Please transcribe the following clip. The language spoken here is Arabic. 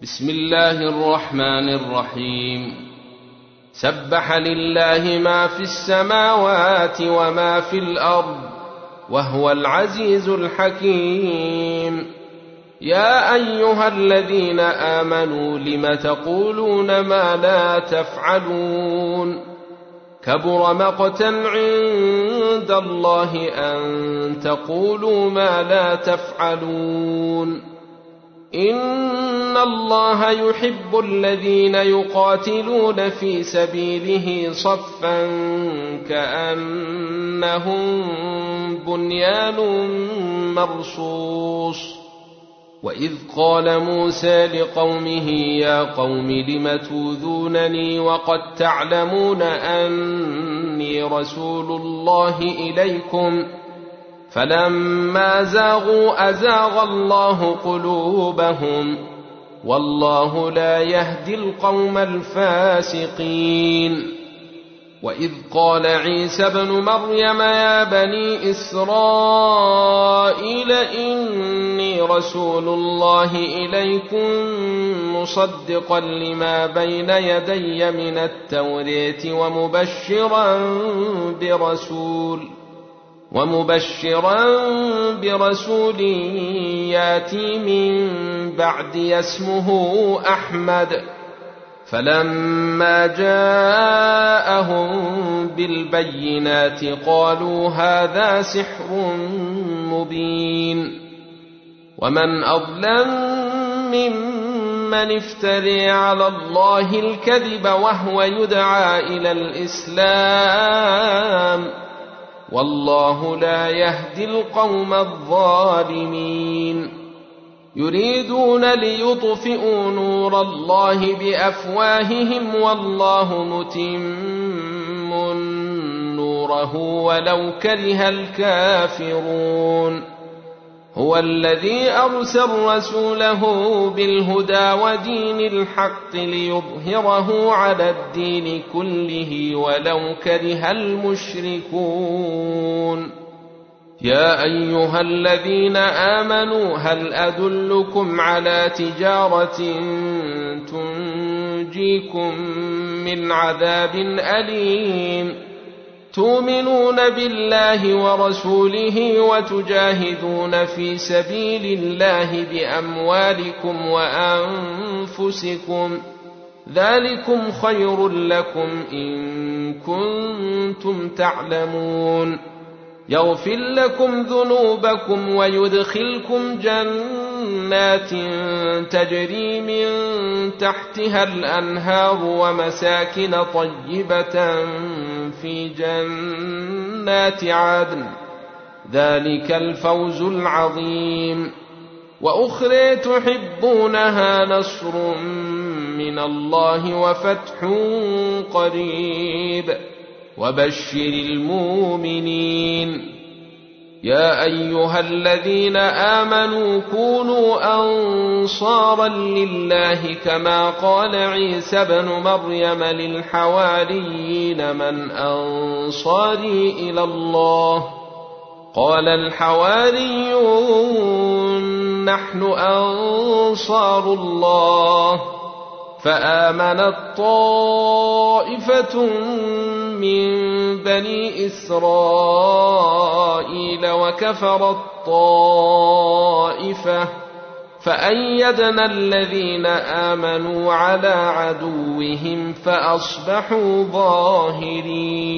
بسم الله الرحمن الرحيم. سبح لله ما في السماوات وما في الأرض وهو العزيز الحكيم. يا أيها الذين آمنوا لم تقولون ما لا تفعلون؟ كبر مقتا عند الله أن تقولوا ما لا تفعلون. إن الله يحب الذين يقاتلون في سبيله صفا كأنهم بنيان مرصوص. وإذ قال موسى لقومه يا قوم لم توذونني وقد تعلمون أني رسول الله إليكم فلما زاغوا أزاغ الله قلوبهم والله لا يهدي القوم الفاسقين. وإذ قال عيسى ابن مريم يا بني إسرائيل إني رسول الله إليكم مصدقا لما بين يدي من التوراة ومبشرا برسول ياتي من بعدي اسمه أحمد. فلما جاءهم بالبينات قالوا هذا سحر مبين. ومن أظلم ممن افتري على الله الكذب وهو يدعى إلى الإسلام والله لا يهدي القوم الظالمين. يريدون ليطفئوا نور الله بأفواههم والله متم نوره ولو كره الكافرون. هو الذي أرسل رسوله بالهدى ودين الحق ليظهره على الدين كله ولو كره المشركون. يا أيها الذين آمنوا هل أدلكم على تجارة تنجيكم من عذاب أليم تؤمنون بالله ورسوله وتجاهدون في سبيل الله بأموالكم وأنفسكم ذلكم خير لكم إن كنتم تعلمون. يغفر لكم ذنوبكم ويدخلكم جنات تجري من تحتها الأنهار ومساكن طيبة في جنات عدن ذلك الفوز العظيم. وأخرى تحبونها نصر من الله وفتح قريب وبشر المؤمنين. يا أيها الذين آمنوا كونوا أنصارا لله كما قال عيسى ابن مريم للحواريين من أنصاري إلى الله قال الحواريون نحن أنصار الله. فآمنت طائفة من بني إسرائيل وكفرت طائفة فأيدنا الذين آمنوا على عدوهم فأصبحوا ظاهرين.